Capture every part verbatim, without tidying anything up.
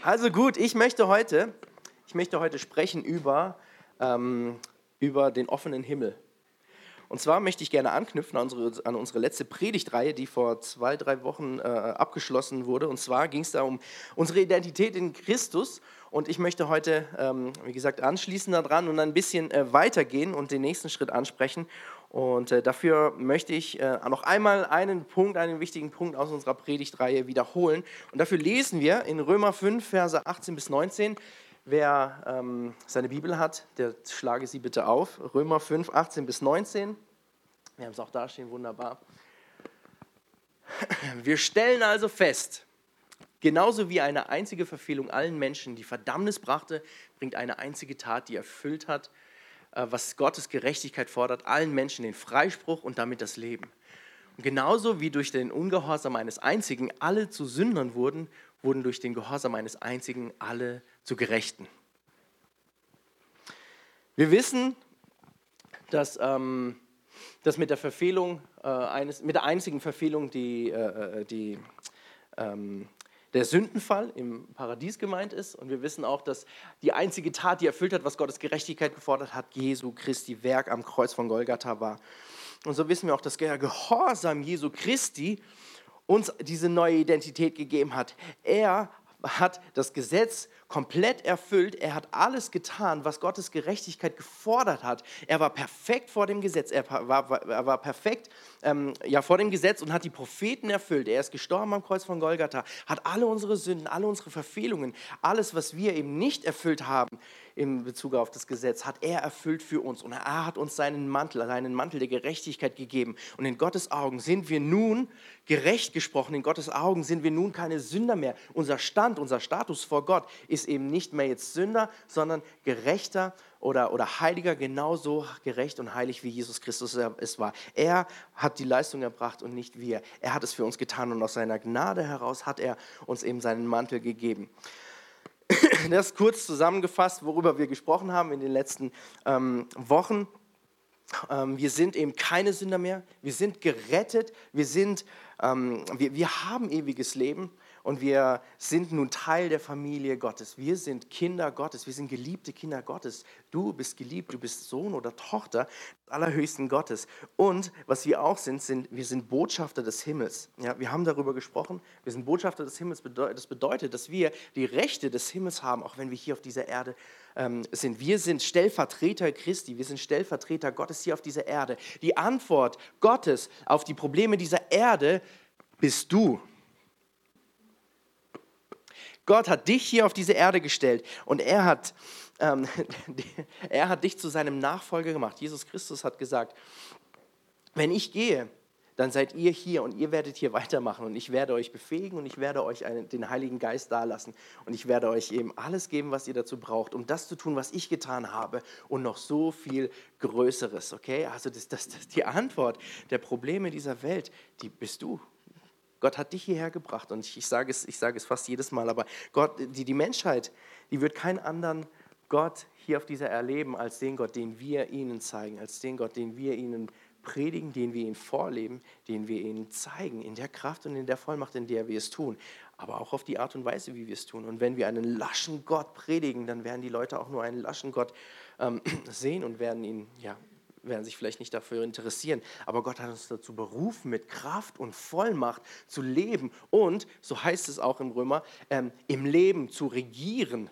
Also gut, ich möchte heute, ich möchte heute sprechen über, ähm, über den offenen Himmel. Und zwar möchte ich gerne anknüpfen an unsere, an unsere letzte Predigtreihe, die vor zwei, drei Wochen äh, abgeschlossen wurde. Und zwar ging es da um unsere Identität in Christus. Und ich möchte heute, ähm, wie gesagt, anschließen daran und ein bisschen äh, weitergehen und den nächsten Schritt ansprechen. Und äh, dafür möchte ich äh, noch einmal einen Punkt, einen wichtigen Punkt aus unserer Predigtreihe wiederholen. Und dafür lesen wir in Römer fünf, Verse achtzehn bis neunzehn. Wer ähm, seine Bibel hat, der schlage sie bitte auf. Römer fünf, achtzehn bis neunzehn. Wir haben es auch da stehen, wunderbar. Wir stellen also fest, genauso wie eine einzige Verfehlung allen Menschen die Verdammnis brachte, bringt eine einzige Tat, die erfüllt hat, was Gottes Gerechtigkeit fordert, allen Menschen den Freispruch und damit das Leben. Und genauso wie durch den Ungehorsam eines Einzigen alle zu Sündern wurden, wurden durch den Gehorsam eines Einzigen alle zu Gerechten. Wir wissen, dass, ähm, dass mit der Verfehlung äh, eines, mit der einzigen Verfehlung die, äh, die ähm, der Sündenfall im Paradies gemeint ist. Und wir wissen auch, dass die einzige Tat, die erfüllt hat, was Gottes Gerechtigkeit gefordert hat, Jesu Christi Werk am Kreuz von Golgatha war. Und so wissen wir auch, dass der Gehorsam Jesu Christi uns diese neue Identität gegeben hat. Er hat das Gesetz komplett erfüllt. Er hat alles getan, was Gottes Gerechtigkeit gefordert hat. Er war perfekt vor dem Gesetz. Er war, war, er war perfekt ähm, ja, vor dem Gesetz und hat die Propheten erfüllt. Er ist gestorben am Kreuz von Golgatha, hat alle unsere Sünden, alle unsere Verfehlungen, alles, was wir eben nicht erfüllt haben in Bezug auf das Gesetz, hat er erfüllt für uns. Und er hat uns seinen Mantel, seinen Mantel der Gerechtigkeit gegeben. Und in Gottes Augen sind wir nun gerecht gesprochen. In Gottes Augen sind wir nun keine Sünder mehr. Unser Stand, unser Status vor Gott ist eben nicht mehr jetzt Sünder, sondern gerechter oder, oder heiliger, genauso gerecht und heilig, wie Jesus Christus es war. Er hat die Leistung erbracht und nicht wir. Er hat es für uns getan und aus seiner Gnade heraus hat er uns eben seinen Mantel gegeben. Das ist kurz zusammengefasst, worüber wir gesprochen haben in den letzten ähm, Wochen. Ähm, wir sind eben keine Sünder mehr. Wir sind gerettet. Wir, sind, ähm, wir, wir haben ewiges Leben und wir sind nun Teil der Familie Gottes. Wir sind Kinder Gottes. Wir sind geliebte Kinder Gottes. Du bist geliebt. Du bist Sohn oder Tochter des allerhöchsten Gottes. Und was wir auch sind, sind wir sind Botschafter des Himmels. Ja, wir haben darüber gesprochen. Wir sind Botschafter des Himmels. Das bedeutet, dass wir die Rechte des Himmels haben, auch wenn wir hier auf dieser Erde ähm, sind. Wir sind Stellvertreter Christi. Wir sind Stellvertreter Gottes hier auf dieser Erde. Die Antwort Gottes auf die Probleme dieser Erde bist du. Gott hat dich hier auf diese Erde gestellt und er hat, ähm, er hat dich zu seinem Nachfolger gemacht. Jesus Christus hat gesagt, wenn ich gehe, dann seid ihr hier und ihr werdet hier weitermachen und ich werde euch befähigen und ich werde euch einen, den Heiligen Geist dalassen und ich werde euch eben alles geben, was ihr dazu braucht, um das zu tun, was ich getan habe und noch so viel Größeres. Okay? Also das, das, das, die Antwort der Probleme dieser Welt, die bist du. Gott hat dich hierher gebracht und ich, ich sage es, ich sage es fast jedes Mal, aber Gott, die, die Menschheit, die wird keinen anderen Gott hier auf dieser Erde erleben als den Gott, den wir ihnen zeigen, als den Gott, den wir ihnen predigen, den wir ihnen vorleben, den wir ihnen zeigen, in der Kraft und in der Vollmacht, in der wir es tun, aber auch auf die Art und Weise, wie wir es tun. Und wenn wir einen laschen Gott predigen, dann werden die Leute auch nur einen laschen Gott ähm, sehen und werden ihn, ja, werden sich vielleicht nicht dafür interessieren. Aber Gott hat uns dazu berufen, mit Kraft und Vollmacht zu leben und, so heißt es auch im Römer, ähm, im Leben zu regieren.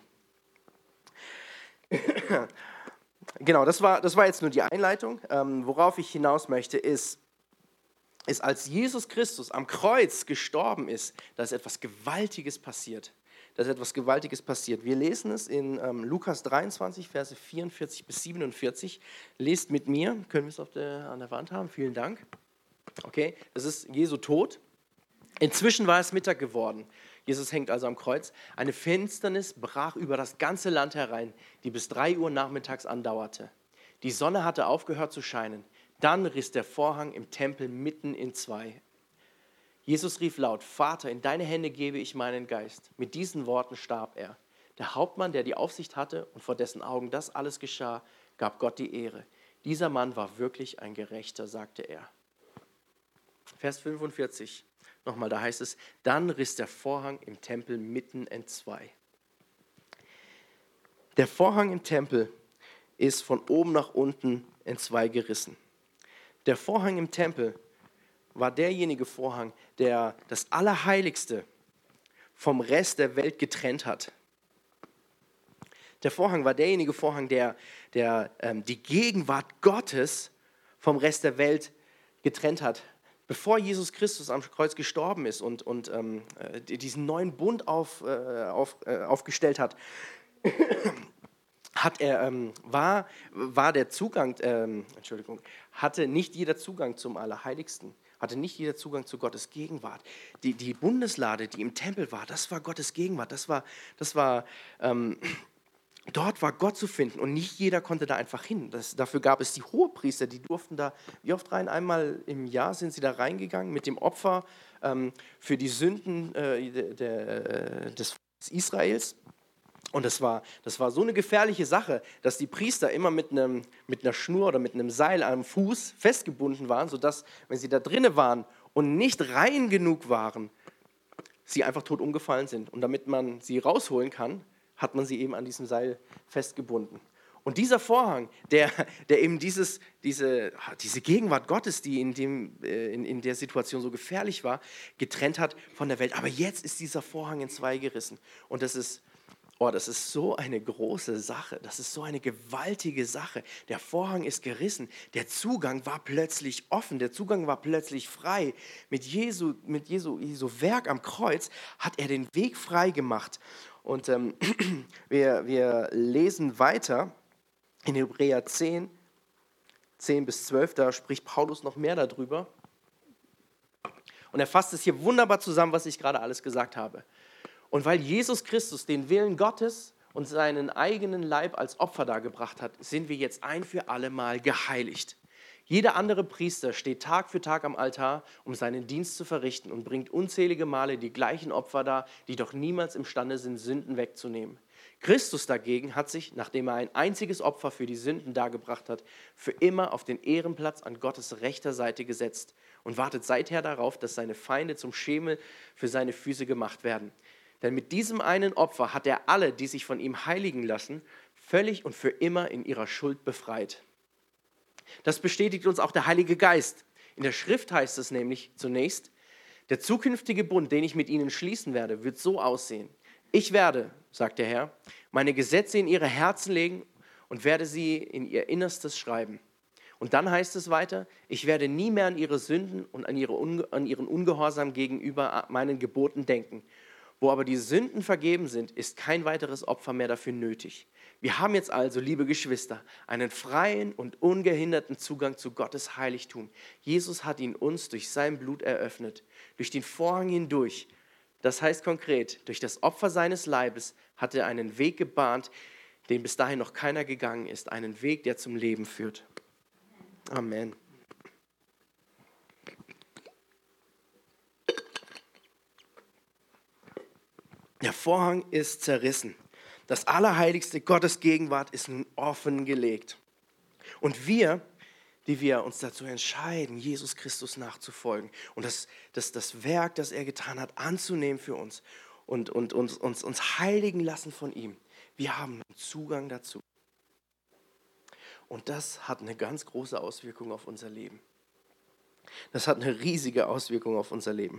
Genau, das war, das war jetzt nur die Einleitung. Ähm, worauf ich hinaus möchte, ist, ist, als Jesus Christus am Kreuz gestorben ist, da ist etwas Gewaltiges passiert. Da ist etwas Gewaltiges passiert. Wir lesen es in ähm, Lukas dreiundzwanzig, Verse vierundvierzig bis siebenundvierzig. Lest mit mir, können wir es auf der, an der Wand haben, vielen Dank. Okay, das ist Jesu Tod. Inzwischen war es Mittag geworden. Jesus hängt also am Kreuz. Eine Finsternis brach über das ganze Land herein, die bis drei Uhr nachmittags andauerte. Die Sonne hatte aufgehört zu scheinen. Dann riss der Vorhang im Tempel mitten in zwei. Jesus rief laut, Vater, in deine Hände gebe ich meinen Geist. Mit diesen Worten starb er. Der Hauptmann, der die Aufsicht hatte und vor dessen Augen das alles geschah, gab Gott die Ehre. Dieser Mann war wirklich ein Gerechter, sagte er. Vers fünfundvierzig, nochmal, da heißt es, dann riss der Vorhang im Tempel mitten entzwei. Der Vorhang im Tempel ist von oben nach unten in zwei gerissen. Der Vorhang im Tempel war derjenige Vorhang, der das Allerheiligste vom Rest der Welt getrennt hat. Der Vorhang war derjenige Vorhang, der, der ähm, die Gegenwart Gottes vom Rest der Welt getrennt hat. Bevor Jesus Christus am Kreuz gestorben ist und, und ähm, diesen neuen Bund auf, äh, auf, äh, aufgestellt hat, hat er, ähm, war, war der Zugang, ähm, Entschuldigung, hatte nicht jeder Zugang zum Allerheiligsten, hatte nicht jeder Zugang zu Gottes Gegenwart. Die, die Bundeslade, die im Tempel war, das war Gottes Gegenwart, das war, das war ähm, dort war Gott zu finden und nicht jeder konnte da einfach hin. Das, dafür gab es die Hohepriester, die durften da, wie oft rein? Einmal im Jahr sind sie da reingegangen mit dem Opfer ähm, für die Sünden äh, der, der, des Volkes Israels. Und das war, das war so eine gefährliche Sache, dass die Priester immer mit, einem, mit einer Schnur oder mit einem Seil am Fuß festgebunden waren, sodass, wenn sie da drinnen waren und nicht rein genug waren, sie einfach tot umgefallen sind. Und damit man sie rausholen kann, hat man sie eben an diesem Seil festgebunden. Und dieser Vorhang, der, der eben dieses, diese, diese Gegenwart Gottes, die in, dem, in, in der Situation so gefährlich war, getrennt hat von der Welt. Aber jetzt ist dieser Vorhang in zwei gerissen. Und das ist, oh, das ist so eine große Sache. Das ist so eine gewaltige Sache. Der Vorhang ist gerissen. Der Zugang war plötzlich offen. Der Zugang war plötzlich frei. Mit Jesu, mit Jesu, Jesu Werk am Kreuz hat er den Weg frei gemacht. Und ähm, wir, wir lesen weiter in Hebräer zehn, zehn bis zwölf, da spricht Paulus noch mehr darüber. Und er fasst es hier wunderbar zusammen, was ich gerade alles gesagt habe. Und weil Jesus Christus den Willen Gottes und seinen eigenen Leib als Opfer dargebracht hat, sind wir jetzt ein für alle Mal geheiligt. Jeder andere Priester steht Tag für Tag am Altar, um seinen Dienst zu verrichten und bringt unzählige Male die gleichen Opfer dar, die doch niemals imstande sind, Sünden wegzunehmen. Christus dagegen hat sich, nachdem er ein einziges Opfer für die Sünden dargebracht hat, für immer auf den Ehrenplatz an Gottes rechter Seite gesetzt und wartet seither darauf, dass seine Feinde zum Schemel für seine Füße gemacht werden. Denn mit diesem einen Opfer hat er alle, die sich von ihm heiligen lassen, völlig und für immer in ihrer Schuld befreit. Das bestätigt uns auch der Heilige Geist. In der Schrift heißt es nämlich zunächst, der zukünftige Bund, den ich mit ihnen schließen werde, wird so aussehen. Ich werde, sagt der Herr, meine Gesetze in ihre Herzen legen und werde sie in ihr Innerstes schreiben. Und dann heißt es weiter, ich werde nie mehr an ihre Sünden und an, ihre Unge- an ihren Ungehorsam gegenüber meinen Geboten denken. Wo aber die Sünden vergeben sind, ist kein weiteres Opfer mehr dafür nötig. Wir haben jetzt also, liebe Geschwister, einen freien und ungehinderten Zugang zu Gottes Heiligtum. Jesus hat ihn uns durch sein Blut eröffnet, durch den Vorhang hindurch. Das heißt konkret, durch das Opfer seines Leibes hat er einen Weg gebahnt, den bis dahin noch keiner gegangen ist, einen Weg, der zum Leben führt. Amen. Der Vorhang ist zerrissen. Das Allerheiligste, Gottes Gegenwart, ist nun offengelegt. Und wir, die wir uns dazu entscheiden, Jesus Christus nachzufolgen und das, das, das Werk, das er getan hat, anzunehmen für uns und, und uns, uns, uns heiligen lassen von ihm, wir haben Zugang dazu. Und das hat eine ganz große Auswirkung auf unser Leben. Das hat eine riesige Auswirkung auf unser Leben.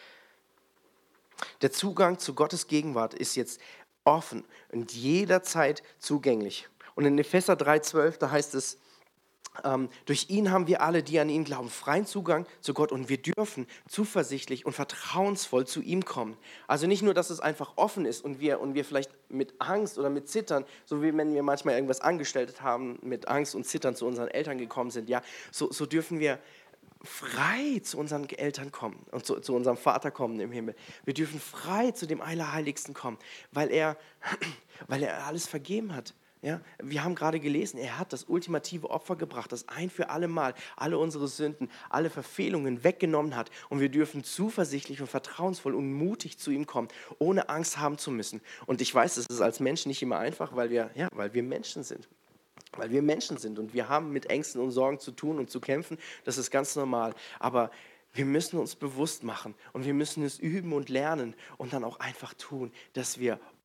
Der Zugang zu Gottes Gegenwart ist jetzt offen und jederzeit zugänglich. Und in Epheser drei zwölf, da heißt es, ähm, durch ihn haben wir alle, die an ihn glauben, freien Zugang zu Gott und wir dürfen zuversichtlich und vertrauensvoll zu ihm kommen. Also nicht nur, dass es einfach offen ist und wir, und wir vielleicht mit Angst oder mit Zittern, so wie wenn wir manchmal irgendwas angestellt haben, mit Angst und Zittern zu unseren Eltern gekommen sind, ja, so, so dürfen wir frei zu unseren Eltern kommen und zu, zu unserem Vater kommen im Himmel. Wir dürfen frei zu dem Allerheiligsten kommen, weil er, weil er alles vergeben hat. Ja? Wir haben gerade gelesen, er hat das ultimative Opfer gebracht, das ein für alle Mal alle unsere Sünden, alle Verfehlungen weggenommen hat. Und wir dürfen zuversichtlich und vertrauensvoll und mutig zu ihm kommen, ohne Angst haben zu müssen. Und ich weiß, es ist als Mensch nicht immer einfach, weil wir, ja, weil wir Menschen sind. Weil wir Menschen sind und wir haben mit Ängsten und Sorgen zu tun und zu kämpfen. Das ist ganz normal. Aber wir müssen uns bewusst machen und wir müssen es üben und lernen und dann auch einfach tun, dass wir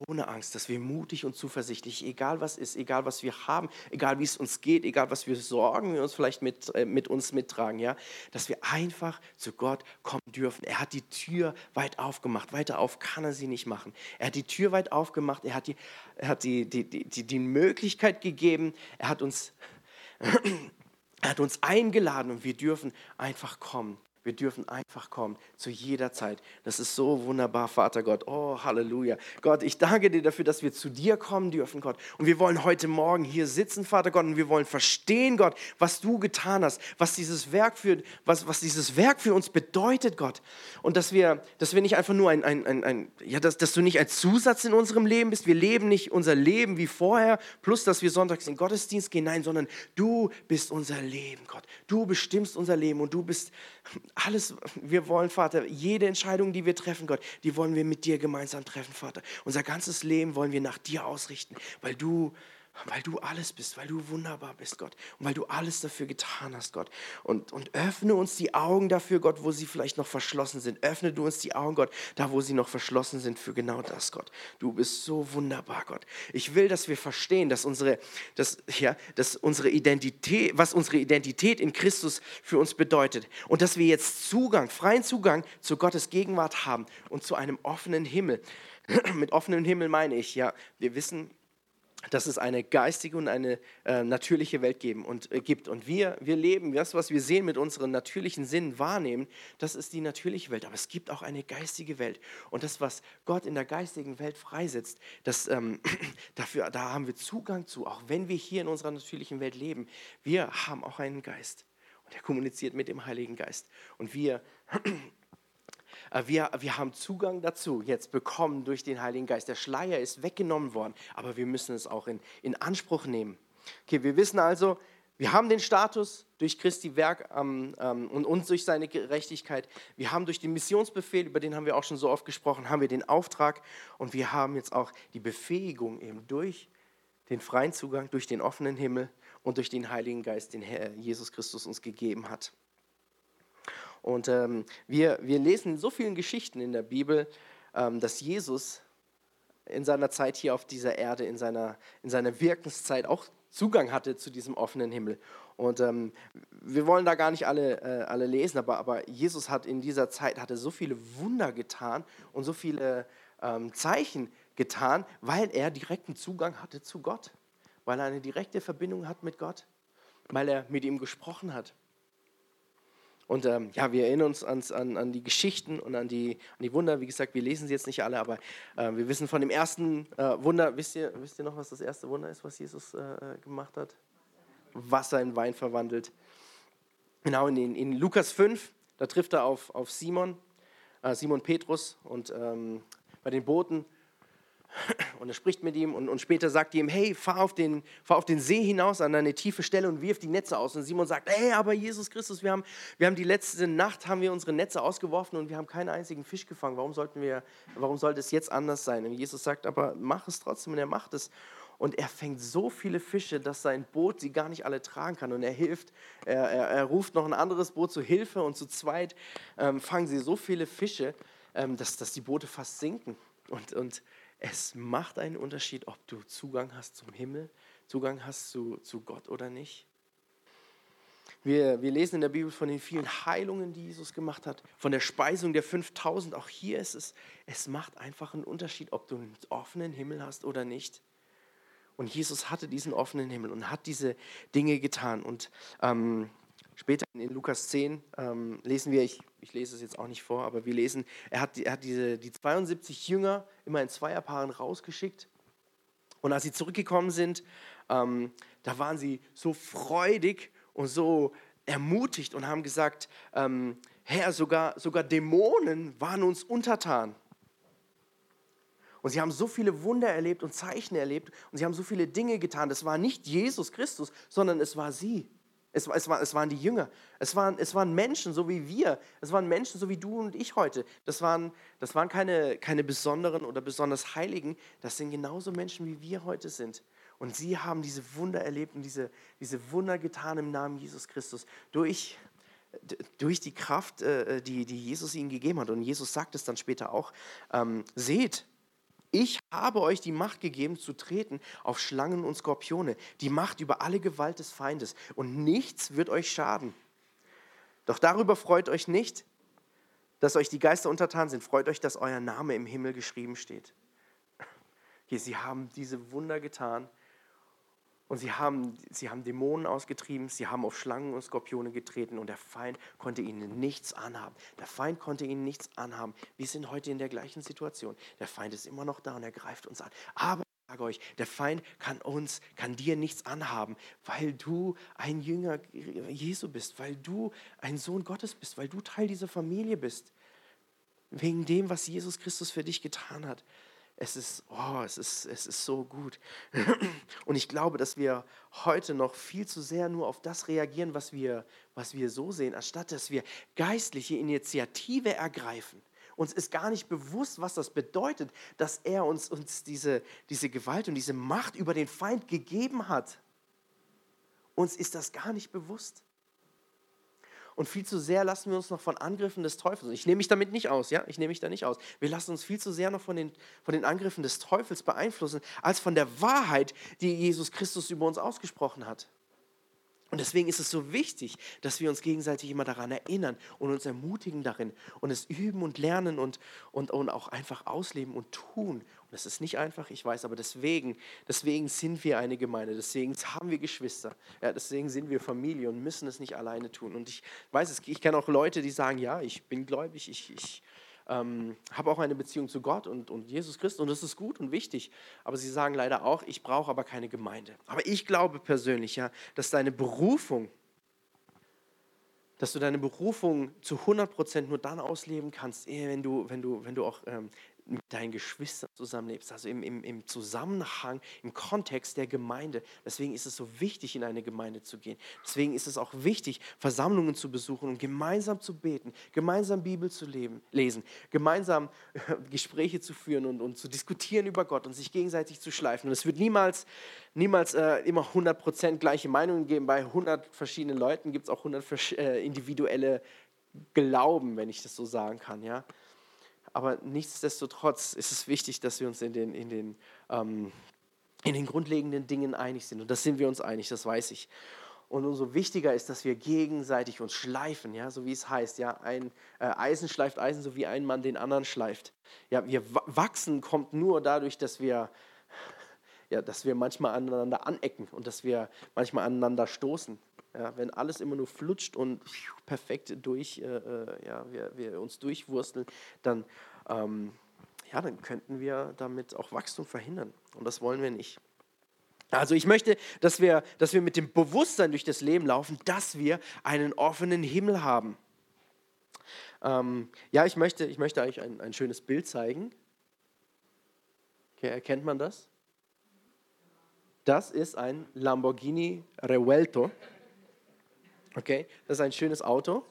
ohne Angst, dass wir mutig und zuversichtlich, egal was ist, egal was wir haben, egal wie es uns geht, egal was wir Sorgen wir uns vielleicht mit, äh, mit uns mittragen, ja, dass wir einfach zu Gott kommen dürfen. Er hat die Tür weit aufgemacht. Weiter auf kann er sie nicht machen. Er hat die Tür weit aufgemacht. Er hat die, er hat die, die, die, die, die Möglichkeit gegeben. Er hat uns, er hat uns eingeladen und wir dürfen einfach kommen. Wir dürfen einfach kommen, zu jeder Zeit. Das ist so wunderbar, Vater Gott. Oh, Halleluja. Gott, ich danke dir dafür, dass wir zu dir kommen dürfen, Gott. Und wir wollen heute Morgen hier sitzen, Vater Gott, und wir wollen verstehen, Gott, was du getan hast, was dieses Werk für, was, was dieses Werk für uns bedeutet, Gott. Und dass wir, dass wir nicht einfach nur ein, ein, ein, ein ja, dass, dass du nicht ein Zusatz in unserem Leben bist. Wir leben nicht unser Leben wie vorher, plus dass wir sonntags in den Gottesdienst gehen. Nein, sondern du bist unser Leben, Gott. Du bestimmst unser Leben und du bist alles, wir wollen, Vater, jede Entscheidung, die wir treffen, Gott, die wollen wir mit dir gemeinsam treffen, Vater. Unser ganzes Leben wollen wir nach dir ausrichten, weil du, weil du alles bist, weil du wunderbar bist, Gott. Und weil du alles dafür getan hast, Gott. Und, und öffne uns die Augen dafür, Gott, wo sie vielleicht noch verschlossen sind. Öffne du uns die Augen, Gott, da wo sie noch verschlossen sind für genau das, Gott. Du bist so wunderbar, Gott. Ich will, dass wir verstehen, dass unsere, dass, ja, dass unsere Identität, was unsere Identität in Christus für uns bedeutet. Und dass wir jetzt Zugang, freien Zugang zu Gottes Gegenwart haben und zu einem offenen Himmel. Mit offenem Himmel meine ich, ja, wir wissen, dass es eine geistige und eine äh, natürliche Welt geben und, äh, gibt. Und wir, wir leben, das, was wir sehen mit unseren natürlichen Sinnen wahrnehmen, das ist die natürliche Welt. Aber es gibt auch eine geistige Welt. Und das, was Gott in der geistigen Welt freisetzt, das, ähm, dafür, da haben wir Zugang zu, auch wenn wir hier in unserer natürlichen Welt leben. Wir haben auch einen Geist. Und er kommuniziert mit dem Heiligen Geist. Und wir... Wir, wir haben Zugang dazu, jetzt bekommen durch den Heiligen Geist. Der Schleier ist weggenommen worden, aber wir müssen es auch in, in Anspruch nehmen. Okay, wir wissen also, wir haben den Status durch Christi Werk ähm, ähm, und uns durch seine Gerechtigkeit. Wir haben durch den Missionsbefehl, über den haben wir auch schon so oft gesprochen, haben wir den Auftrag und wir haben jetzt auch die Befähigung eben durch den freien Zugang, durch den offenen Himmel und durch den Heiligen Geist, den Herr Jesus Christus uns gegeben hat. Und ähm, wir, wir lesen in so vielen Geschichten in der Bibel, ähm, dass Jesus in seiner Zeit hier auf dieser Erde, in seiner, in seiner Wirkenszeit auch Zugang hatte zu diesem offenen Himmel. Und ähm, wir wollen da gar nicht alle, äh, alle lesen, aber, aber Jesus hat in dieser Zeit hatte so viele Wunder getan und so viele ähm, Zeichen getan, weil er direkten Zugang hatte zu Gott, weil er eine direkte Verbindung hat mit Gott, weil er mit ihm gesprochen hat. Und ähm, ja, wir erinnern uns ans, an, an die Geschichten und an die, an die Wunder. Wie gesagt, wir lesen sie jetzt nicht alle, aber äh, wir wissen von dem ersten äh, Wunder, wisst ihr, wisst ihr noch, was das erste Wunder ist, was Jesus äh, gemacht hat? Wasser in Wein verwandelt. Genau, in, den, in Lukas fünf, da trifft er auf, auf Simon, äh, Simon Petrus und ähm, bei den Booten. Und er spricht mit ihm und, und später sagt ihm, hey, fahr auf, den, fahr auf den See hinaus an eine tiefe Stelle und wirf die Netze aus. Und Simon sagt, hey, aber Jesus Christus, wir haben, wir haben die letzte Nacht, haben wir unsere Netze ausgeworfen und wir haben keinen einzigen Fisch gefangen. Warum, sollten wir, warum sollte es jetzt anders sein? Und Jesus sagt, aber mach es trotzdem und er macht es. Und er fängt so viele Fische, dass sein Boot sie gar nicht alle tragen kann. Und er hilft, er, er, er ruft noch ein anderes Boot zu Hilfe und zu zweit ähm, fangen sie so viele Fische, ähm, dass, dass die Boote fast sinken. Und, und es macht einen Unterschied, ob du Zugang hast zum Himmel, Zugang hast zu, zu Gott oder nicht. Wir, wir lesen in der Bibel von den vielen Heilungen, die Jesus gemacht hat, von der Speisung der fünftausend. Auch hier ist es, es macht einfach einen Unterschied, ob du einen offenen Himmel hast oder nicht. Und Jesus hatte diesen offenen Himmel und hat diese Dinge getan. Und ähm, später in Lukas zehn ähm, lesen wir, ich, ich lese es jetzt auch nicht vor, aber wir lesen, er hat, er hat diese, die zweiundsiebzig Jünger immer in Zweierpaaren rausgeschickt. Und als sie zurückgekommen sind, ähm, da waren sie so freudig und so ermutigt und haben gesagt, ähm, Herr, sogar, sogar Dämonen waren uns untertan. Und sie haben so viele Wunder erlebt und Zeichen erlebt und sie haben so viele Dinge getan. Das war nicht Jesus Christus, sondern es war sie. Es, war, es, war, es waren die Jünger. Es waren, es waren Menschen, so wie wir. Es waren Menschen, so wie du und ich heute. Das waren, das waren keine, keine besonderen oder besonders Heiligen. Das sind genauso Menschen, wie wir heute sind. Und sie haben diese Wunder erlebt und diese, diese Wunder getan im Namen Jesus Christus. Durch, durch die Kraft, die, die Jesus ihnen gegeben hat. Und Jesus sagt es dann später auch. Ähm, seht, Ich habe euch die Macht gegeben, zu treten auf Schlangen und Skorpione, die Macht über alle Gewalt des Feindes, und nichts wird euch schaden. Doch darüber freut euch nicht, dass euch die Geister untertan sind. Freut euch, dass euer Name im Himmel geschrieben steht. Okay, sie haben diese Wunder getan und sie haben, sie haben Dämonen ausgetrieben, sie haben auf Schlangen und Skorpione getreten und der Feind konnte ihnen nichts anhaben. Der Feind konnte ihnen nichts anhaben. Wir sind heute in der gleichen Situation. Der Feind ist immer noch da und er greift uns an. Aber ich sage euch, der Feind kann uns, kann dir nichts anhaben, weil du ein Jünger Jesu bist, weil du ein Sohn Gottes bist, weil du Teil dieser Familie bist. Wegen dem, was Jesus Christus für dich getan hat. Es ist, oh, es ist, es ist so gut. Und ich glaube, dass wir heute noch viel zu sehr nur auf das reagieren, was wir, was wir so sehen, anstatt dass wir geistliche Initiative ergreifen. Uns ist gar nicht bewusst, was das bedeutet, dass er uns, uns diese, diese Gewalt und diese Macht über den Feind gegeben hat. Uns ist das gar nicht bewusst. Und viel zu sehr lassen wir uns noch von Angriffen des Teufels. Ich nehme mich damit nicht aus, ja? Ich nehme mich da nicht aus. Wir lassen uns viel zu sehr noch von den, von den Angriffen des Teufels beeinflussen, als von der Wahrheit, die Jesus Christus über uns ausgesprochen hat. Und deswegen ist es so wichtig, dass wir uns gegenseitig immer daran erinnern und uns ermutigen darin und es üben und lernen und, und, und auch einfach ausleben und tun. Und das ist nicht einfach, ich weiß, aber deswegen, deswegen sind wir eine Gemeinde, deswegen haben wir Geschwister, ja, deswegen sind wir Familie und müssen es nicht alleine tun. Und ich weiß, ich kenne auch Leute, die sagen, ja, ich bin gläubig, ich, ich ähm, habe auch eine Beziehung zu Gott und, und Jesus Christus und das ist gut und wichtig. Aber sie sagen leider auch, ich brauche aber keine Gemeinde. Aber ich glaube persönlich, ja, dass deine Berufung, dass du deine Berufung zu hundert Prozent nur dann ausleben kannst, wenn du, wenn du, wenn du auch ähm, mit deinen Geschwistern zusammenlebst, also im, im, im Zusammenhang, im Kontext der Gemeinde. Deswegen ist es so wichtig, in eine Gemeinde zu gehen. Deswegen ist es auch wichtig, Versammlungen zu besuchen und gemeinsam zu beten, gemeinsam Bibel zu leben, lesen, gemeinsam äh, Gespräche zu führen und, und zu diskutieren über Gott und sich gegenseitig zu schleifen. Und es wird niemals, niemals äh, immer hundert Prozent gleiche Meinungen geben. Bei hundert verschiedenen Leuten gibt es auch hundert äh, individuelle Glauben, wenn ich das so sagen kann, ja. Aber nichtsdestotrotz ist es wichtig, dass wir uns in den, in, den, ähm, in den grundlegenden Dingen einig sind. Und das sind wir uns einig, das weiß ich. Und umso wichtiger ist, dass wir gegenseitig uns schleifen, ja, so wie es heißt. Ja, ein äh, Eisen schleift Eisen, so wie ein Mann den anderen schleift. Ja, wir wachsen kommt nur dadurch, dass wir, ja, dass wir manchmal aneinander anecken und dass wir manchmal aneinander stoßen. Ja, wenn alles immer nur flutscht und perfekt durch, äh, ja, wir, wir uns durchwursteln, dann, ähm, ja, dann könnten wir damit auch Wachstum verhindern. Und das wollen wir nicht. Also ich möchte, dass wir, dass wir mit dem Bewusstsein durch das Leben laufen, dass wir einen offenen Himmel haben. Ähm, ja, ich möchte, ich möchte euch ein, ein schönes Bild zeigen. Okay, erkennt man das? Das ist ein Lamborghini Revuelto. Okay, das ist ein schönes Auto.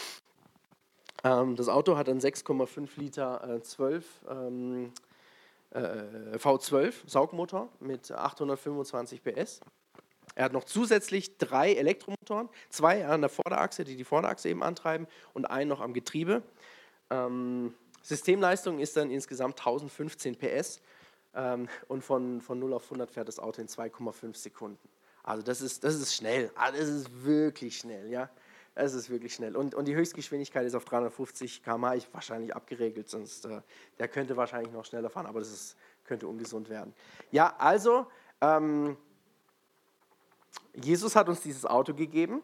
Ähm, das Auto hat einen sechs Komma fünf Liter äh, zwölf, ähm, äh, V zwölf Saugmotor mit achthundertfünfundzwanzig P S. Er hat noch zusätzlich drei Elektromotoren, zwei an der Vorderachse, die die Vorderachse eben antreiben und einen noch am Getriebe. Ähm, Systemleistung ist dann insgesamt tausendfünfzehn P S ähm, und von, von null auf hundert fährt das Auto in zwei Komma fünf Sekunden. Also das ist, das ist schnell, das ist wirklich schnell, ja. Das ist wirklich schnell. Und, und die Höchstgeschwindigkeit ist auf dreihundertfünfzig Kilometer pro Stunde, ist wahrscheinlich abgeregelt, sonst äh, der könnte wahrscheinlich noch schneller fahren, aber das ist, könnte ungesund werden. Ja, also, ähm, Jesus hat uns dieses Auto gegeben.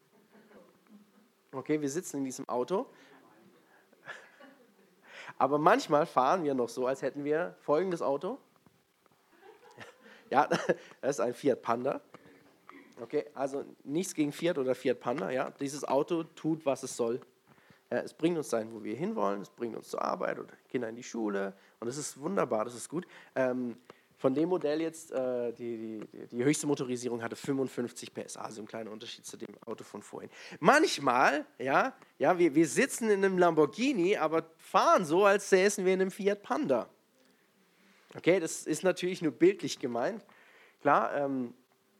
Okay, wir sitzen in diesem Auto. Aber manchmal fahren wir noch so, als hätten wir folgendes Auto. Ja, das ist ein Fiat Panda. Okay, also nichts gegen Fiat oder Fiat Panda, ja. Dieses Auto tut, was es soll. Ja, es bringt uns dahin, wo wir hinwollen, es bringt uns zur Arbeit oder Kinder in die Schule und das ist wunderbar, das ist gut. Ähm, von dem Modell jetzt, äh, die, die, die höchste Motorisierung hatte fünfundfünfzig P S, also ein kleiner Unterschied zu dem Auto von vorhin. Manchmal, ja, ja wir, wir sitzen in einem Lamborghini, aber fahren so, als säßen wir in einem Fiat Panda. Okay, das ist natürlich nur bildlich gemeint. Klar, ähm,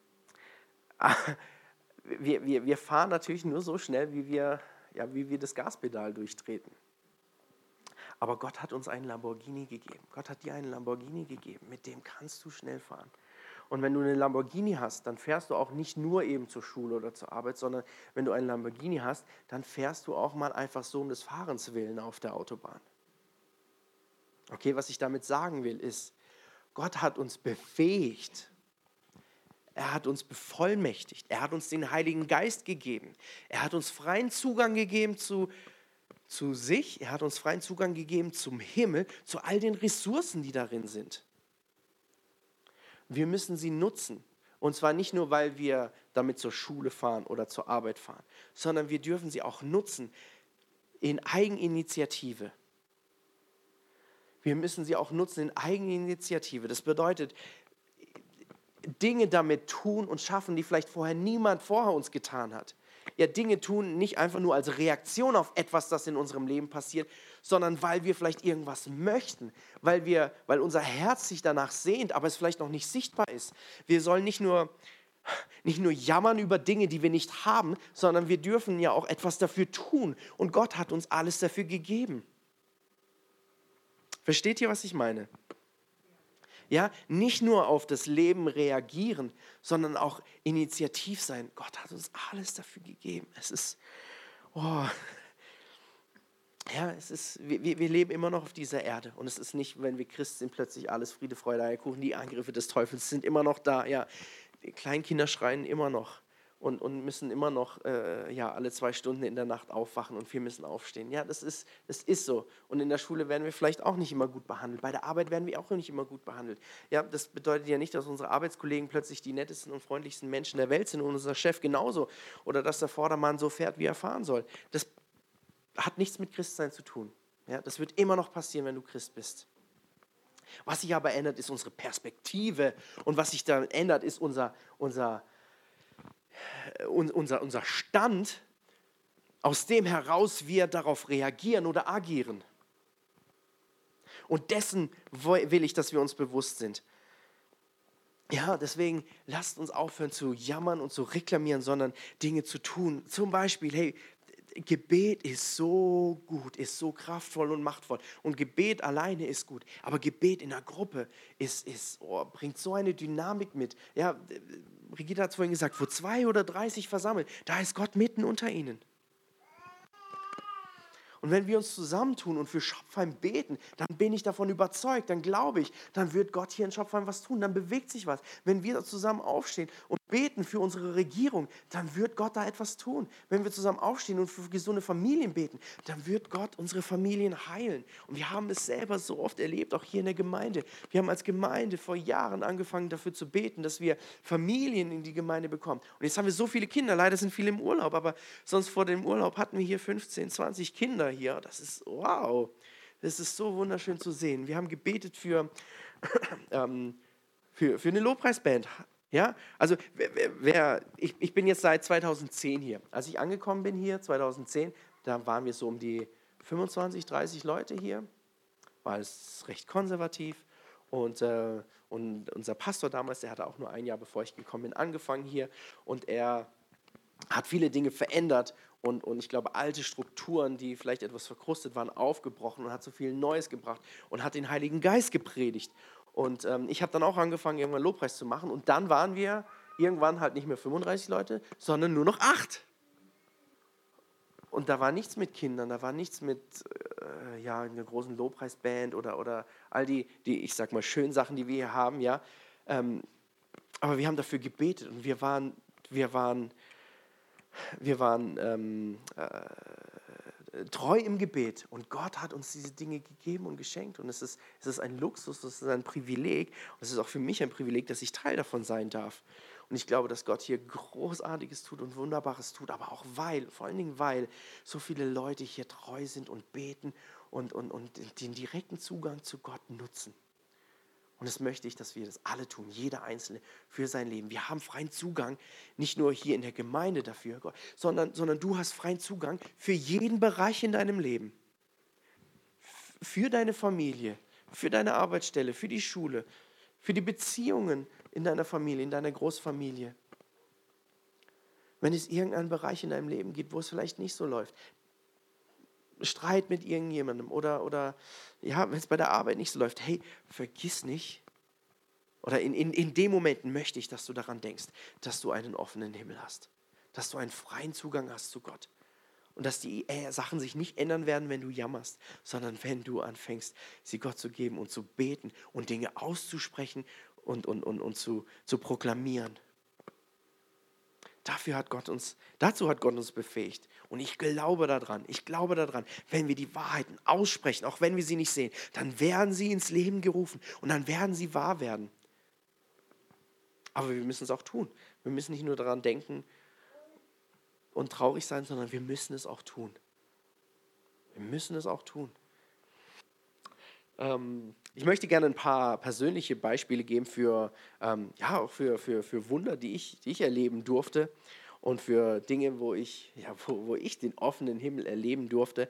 wir, wir, wir fahren natürlich nur so schnell, wie wir, ja, wie wir das Gaspedal durchtreten. Aber Gott hat uns einen Lamborghini gegeben. Gott hat dir einen Lamborghini gegeben. Mit dem kannst du schnell fahren. Und wenn du eine Lamborghini hast, dann fährst du auch nicht nur eben zur Schule oder zur Arbeit, sondern wenn du einen Lamborghini hast, dann fährst du auch mal einfach so um des Fahrens willen auf der Autobahn. Okay, was ich damit sagen will, ist, Gott hat uns befähigt. Er hat uns bevollmächtigt. Er hat uns den Heiligen Geist gegeben. Er hat uns freien Zugang gegeben zu, zu sich. Er hat uns freien Zugang gegeben zum Himmel, zu all den Ressourcen, die darin sind. Wir müssen sie nutzen. Und zwar nicht nur, weil wir damit zur Schule fahren oder zur Arbeit fahren, sondern wir dürfen sie auch nutzen in Eigeninitiative. Wir müssen sie auch nutzen in Eigeninitiative. Das bedeutet, Dinge damit tun und schaffen, die vielleicht vorher niemand vorher uns getan hat. Ja, Dinge tun nicht einfach nur als Reaktion auf etwas, das in unserem Leben passiert, sondern weil wir vielleicht irgendwas möchten, weil, wir, weil unser Herz sich danach sehnt, aber es vielleicht noch nicht sichtbar ist. Wir sollen nicht nur, nicht nur jammern über Dinge, die wir nicht haben, sondern wir dürfen ja auch etwas dafür tun. Und Gott hat uns alles dafür gegeben. Versteht ihr, was ich meine? Ja, nicht nur auf das Leben reagieren, sondern auch initiativ sein. Gott hat uns alles dafür gegeben. Es ist, oh, ja, es ist, wir, wir leben immer noch auf dieser Erde. Und es ist nicht, wenn wir Christ sind, plötzlich alles Friede, Freude, Eierkuchen. Die Angriffe des Teufels sind immer noch da. Ja, die Kleinkinder schreien immer noch. Und, und müssen immer noch äh, ja, alle zwei Stunden in der Nacht aufwachen und wir müssen aufstehen. Ja, das ist, das ist so. Und in der Schule werden wir vielleicht auch nicht immer gut behandelt. Bei der Arbeit werden wir auch nicht immer gut behandelt. Ja, das bedeutet ja nicht, dass unsere Arbeitskollegen plötzlich die nettesten und freundlichsten Menschen der Welt sind und unser Chef genauso. Oder dass der Vordermann so fährt, wie er fahren soll. Das hat nichts mit Christsein zu tun. Ja, das wird immer noch passieren, wenn du Christ bist. Was sich aber ändert, ist unsere Perspektive. Und was sich dann ändert, ist unser, unser Unser, unser Stand, aus dem heraus wir darauf reagieren oder agieren. Und dessen will ich, dass wir uns bewusst sind. Ja, deswegen lasst uns aufhören zu jammern und zu reklamieren, sondern Dinge zu tun. Zum Beispiel, hey, Gebet ist so gut, ist so kraftvoll und machtvoll. Und Gebet alleine ist gut. Aber Gebet in einer Gruppe ist, ist, oh, bringt so eine Dynamik mit. Ja, Brigitte hat es vorhin gesagt, wo zwei oder drei sich versammeln, da ist Gott mitten unter ihnen. Und wenn wir uns zusammentun und für Schopfheim beten, dann bin ich davon überzeugt, dann glaube ich, dann wird Gott hier in Schopfheim was tun, dann bewegt sich was. Wenn wir zusammen aufstehen und beten für unsere Regierung, dann wird Gott da etwas tun. Wenn wir zusammen aufstehen und für gesunde Familien beten, dann wird Gott unsere Familien heilen. Und wir haben es selber so oft erlebt, auch hier in der Gemeinde. Wir haben als Gemeinde vor Jahren angefangen dafür zu beten, dass wir Familien in die Gemeinde bekommen. Und jetzt haben wir so viele Kinder, leider sind viele im Urlaub, aber sonst vor dem Urlaub hatten wir hier fünfzehn, zwanzig Kinder hier. Das ist, wow, das ist so wunderschön zu sehen. Wir haben gebetet für, ähm, für, für eine Lobpreisband. Ja, also wer, wer, ich, ich bin jetzt seit zweitausendzehn hier. Als ich angekommen bin hier, zweitausendzehn, da waren wir so um die fünfundzwanzig, dreißig Leute hier. War es recht konservativ. Und, äh, und unser Pastor damals, der hatte auch nur ein Jahr, bevor ich gekommen bin, angefangen hier. Und er hat viele Dinge verändert. Und, und ich glaube, alte Strukturen, die vielleicht etwas verkrustet waren, aufgebrochen und hat so viel Neues gebracht und hat den Heiligen Geist gepredigt. Und ähm, ich habe dann auch angefangen, irgendwann Lobpreis zu machen. Und dann waren wir irgendwann halt nicht mehr fünfunddreißig Leute, sondern nur noch acht. Und da war nichts mit Kindern, da war nichts mit äh, ja, einer großen Lobpreisband oder, oder all die, die, ich sag mal, schönen Sachen, die wir hier haben. Ja. Ähm, aber wir haben dafür gebetet und wir waren, wir waren, wir waren ähm, äh, treu im Gebet. Und Gott hat uns diese Dinge gegeben und geschenkt. Und es ist, es ist ein Luxus, es ist ein Privileg. Und es ist auch für mich ein Privileg, dass ich Teil davon sein darf. Und ich glaube, dass Gott hier Großartiges tut und Wunderbares tut, aber auch weil, vor allen Dingen weil so viele Leute hier treu sind und beten und, und, und den direkten Zugang zu Gott nutzen. Und das möchte ich, dass wir das alle tun, jeder Einzelne für sein Leben. Wir haben freien Zugang, nicht nur hier in der Gemeinde dafür, sondern, sondern du hast freien Zugang für jeden Bereich in deinem Leben. Für deine Familie, für deine Arbeitsstelle, für die Schule, für die Beziehungen in deiner Familie, in deiner Großfamilie. Wenn es irgendeinen Bereich in deinem Leben gibt, wo es vielleicht nicht so läuft, Streit mit irgendjemandem oder, oder ja, wenn es bei der Arbeit nicht so läuft, hey, vergiss nicht, oder in, in, in den Momenten möchte ich, dass du daran denkst, dass du einen offenen Himmel hast, dass du einen freien Zugang hast zu Gott und dass die äh, Sachen sich nicht ändern werden, wenn du jammerst, sondern wenn du anfängst, sie Gott zu geben und zu beten und Dinge auszusprechen und, und, und, und zu, zu proklamieren. Dafür hat Gott uns, dazu hat Gott uns befähigt. Und ich glaube daran, ich glaube daran, wenn wir die Wahrheiten aussprechen, auch wenn wir sie nicht sehen, dann werden sie ins Leben gerufen und dann werden sie wahr werden. Aber wir müssen es auch tun. Wir müssen nicht nur daran denken und traurig sein, sondern wir müssen es auch tun. Wir müssen es auch tun. Ähm, ich möchte gerne ein paar persönliche Beispiele geben für, ähm, ja, auch für, für, für Wunder, die ich, die ich erleben durfte und für Dinge, wo ich, ja, wo, wo ich den offenen Himmel erleben durfte.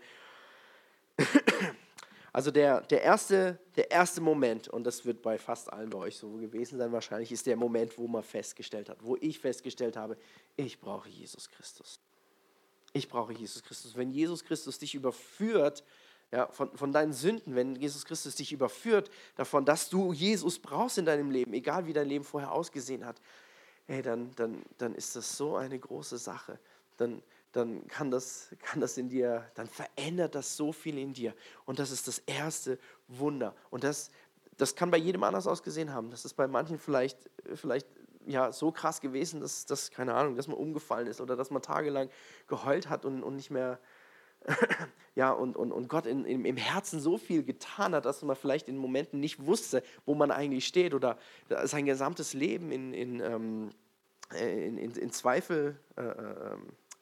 Also der, der, erste, der erste Moment, und das wird bei fast allen bei euch so gewesen sein wahrscheinlich, ist der Moment, wo man festgestellt hat, wo ich festgestellt habe, ich brauche Jesus Christus. Ich brauche Jesus Christus. Wenn Jesus Christus dich überführt, ja, von, von deinen Sünden, wenn Jesus Christus dich überführt davon, dass du Jesus brauchst in deinem Leben, egal wie dein Leben vorher ausgesehen hat, hey, dann, dann, dann ist das so eine große Sache. Dann, dann kann das, kann das in dir, dann verändert das so viel in dir. Und das ist das erste Wunder. Und das, das kann bei jedem anders ausgesehen haben. Das ist bei manchen vielleicht, vielleicht ja, so krass gewesen, dass, dass, keine Ahnung, dass man umgefallen ist oder dass man tagelang geheult hat und, und nicht mehr, ja, und, und, und Gott in, in, im Herzen so viel getan hat, dass man vielleicht in Momenten nicht wusste, wo man eigentlich steht oder sein gesamtes Leben in, in, ähm, in, in, in Zweifel, äh, äh,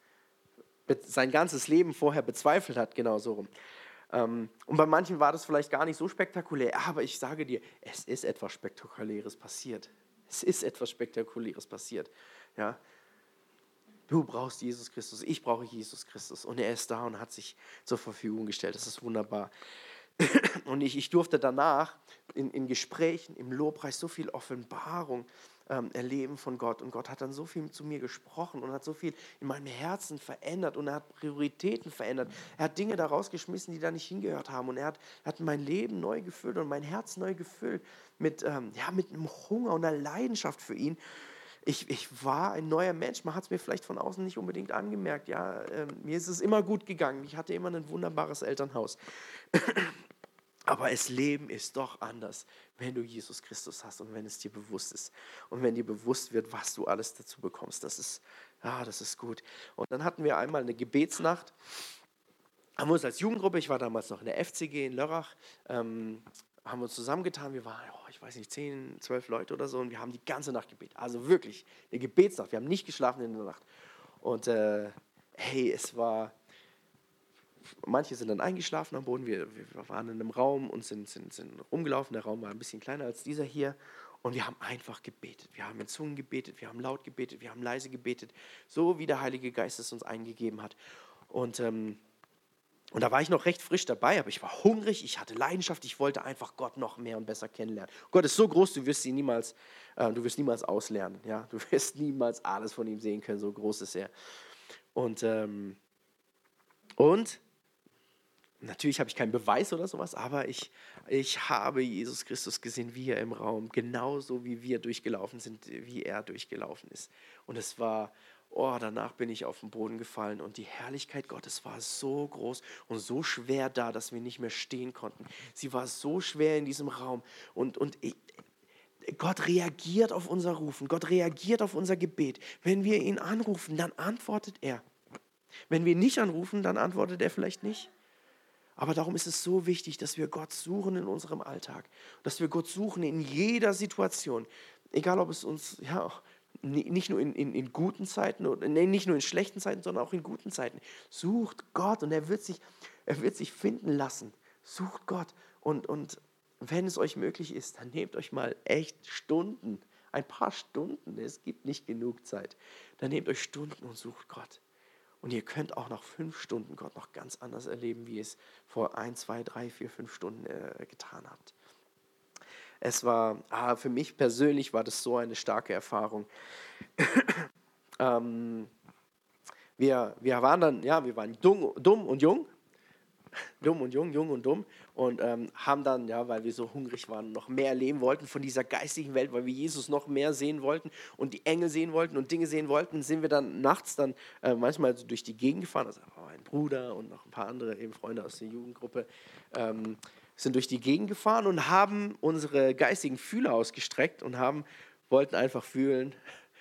sein ganzes Leben vorher bezweifelt hat, genau so rum. Ähm, und bei manchen war das vielleicht gar nicht so spektakulär, aber ich sage dir, es ist etwas Spektakuläres passiert. Es ist etwas Spektakuläres passiert, ja. Du brauchst Jesus Christus, ich brauche Jesus Christus und er ist da und hat sich zur Verfügung gestellt. Das ist wunderbar. Und ich, ich durfte danach in, in Gesprächen, im Lobpreis so viel Offenbarung ähm, erleben von Gott. Und Gott hat dann so viel zu mir gesprochen und hat so viel in meinem Herzen verändert und er hat Prioritäten verändert. Er hat Dinge da rausgeschmissen, die da nicht hingehört haben. Und er hat, er hat mein Leben neu gefüllt und mein Herz neu gefüllt mit, ähm, ja, mit einem Hunger und einer Leidenschaft für ihn. Ich, ich war ein neuer Mensch, man hat es mir vielleicht von außen nicht unbedingt angemerkt. Ja, äh, mir ist es immer gut gegangen, ich hatte immer ein wunderbares Elternhaus. Aber das Leben ist doch anders, wenn du Jesus Christus hast und wenn es dir bewusst ist. Und wenn dir bewusst wird, was du alles dazu bekommst. Das ist, ja, das ist gut. Und dann hatten wir einmal eine Gebetsnacht. Haben wir uns als Jugendgruppe, ich war damals noch in der F C G in Lörrach, ähm, haben wir uns zusammengetan, wir waren, oh, ich weiß nicht, zehn, zwölf Leute oder so und wir haben die ganze Nacht gebetet. Also wirklich, eine Gebetsnacht, wir haben nicht geschlafen in der Nacht. Und äh, hey, es war, manche sind dann eingeschlafen am Boden, wir, wir waren in einem Raum und sind, sind, sind rumgelaufen, der Raum war ein bisschen kleiner als dieser hier und wir haben einfach gebetet. Wir haben in Zungen gebetet, wir haben laut gebetet, wir haben leise gebetet, so wie der Heilige Geist es uns eingegeben hat. Und ähm, Und da war ich noch recht frisch dabei, aber ich war hungrig, ich hatte Leidenschaft, ich wollte einfach Gott noch mehr und besser kennenlernen. Gott ist so groß, du wirst ihn niemals, äh, du wirst niemals auslernen, ja, du wirst niemals alles von ihm sehen können, so groß ist er. Und, ähm, und natürlich habe ich keinen Beweis oder sowas, aber ich, ich habe Jesus Christus gesehen, wie er im Raum, genauso wie wir durchgelaufen sind, wie er durchgelaufen ist. Und es war... Oh, danach bin ich auf den Boden gefallen und die Herrlichkeit Gottes war so groß und so schwer da, dass wir nicht mehr stehen konnten. Sie war so schwer in diesem Raum und, und ich, Gott reagiert auf unser Rufen, Gott reagiert auf unser Gebet. Wenn wir ihn anrufen, dann antwortet er. Wenn wir ihn nicht anrufen, dann antwortet er vielleicht nicht. Aber darum ist es so wichtig, dass wir Gott suchen in unserem Alltag, dass wir Gott suchen in jeder Situation, egal ob es uns, ja, nicht nur in, in, in guten Zeiten, oder, nee, nicht nur in schlechten Zeiten, sondern auch in guten Zeiten. Sucht Gott und er wird sich, er wird sich finden lassen. Sucht Gott und, und wenn es euch möglich ist, dann nehmt euch mal echt Stunden, ein paar Stunden, es gibt nicht genug Zeit, dann nehmt euch Stunden und sucht Gott. Und ihr könnt auch nach fünf Stunden Gott noch ganz anders erleben, wie ihr es vor ein, zwei, drei, vier, fünf Stunden äh, getan habt. Es war, ah, für mich persönlich war das so eine starke Erfahrung. ähm, wir, wir waren dann, ja, wir waren dumm, dumm und jung. dumm und jung, jung und dumm und ähm, haben dann, ja, weil wir so hungrig waren, noch mehr erleben wollten von dieser geistigen Welt, weil wir Jesus noch mehr sehen wollten und die Engel sehen wollten und Dinge sehen wollten, sind wir dann nachts dann äh, manchmal so durch die Gegend gefahren, also mein Bruder und noch ein paar andere eben Freunde aus der Jugendgruppe ähm, sind durch die Gegend gefahren und haben unsere geistigen Fühler ausgestreckt und haben, wollten einfach fühlen,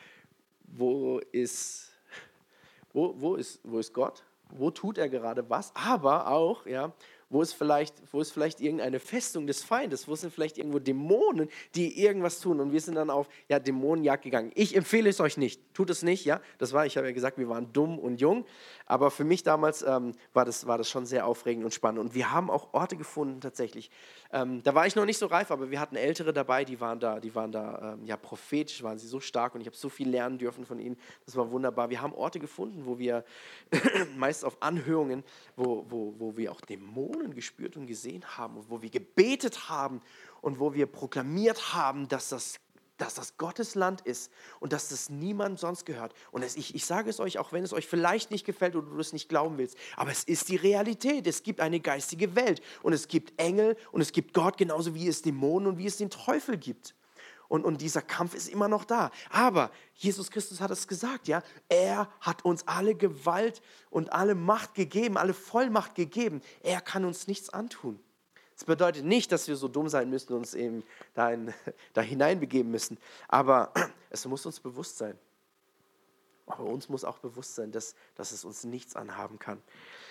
wo ist, wo, wo ist, wo ist Gott? Wo tut er gerade was? Aber auch, ja, wo ist vielleicht, wo ist vielleicht irgendeine Festung des Feindes? Wo sind vielleicht irgendwo Dämonen, die irgendwas tun? Und wir sind dann auf ja, Dämonenjagd gegangen. Ich empfehle es euch nicht. Tut es nicht, ja. Das war, ich habe ja gesagt, wir waren dumm und jung. Aber für mich damals ähm, war, das, war das schon sehr aufregend und spannend. Und wir haben auch Orte gefunden tatsächlich. Ähm, da war ich noch nicht so reif, aber wir hatten Ältere dabei, die waren da, die waren da ähm, ja, prophetisch, waren sie so stark und ich habe so viel lernen dürfen von ihnen. Das war wunderbar. Wir haben Orte gefunden, wo wir meist auf Anhörungen, wo, wo, wo wir auch Dämonen gespürt und gesehen haben und wo wir gebetet haben und wo wir proklamiert haben, dass das, dass das Gottes Land ist und dass das niemand sonst gehört. Und es, ich, ich sage es euch, auch wenn es euch vielleicht nicht gefällt oder du es nicht glauben willst, aber es ist die Realität. Es gibt eine geistige Welt und es gibt Engel und es gibt Gott, genauso wie es Dämonen und wie es den Teufel gibt. Und, und dieser Kampf ist immer noch da. Aber Jesus Christus hat es gesagt, ja, er hat uns alle Gewalt und alle Macht gegeben, alle Vollmacht gegeben. Er kann uns nichts antun. Das bedeutet nicht, dass wir so dumm sein müssen und uns eben dahin, da hineinbegeben müssen. Aber es muss uns bewusst sein. Aber uns muss auch bewusst sein, dass, dass es uns nichts anhaben kann.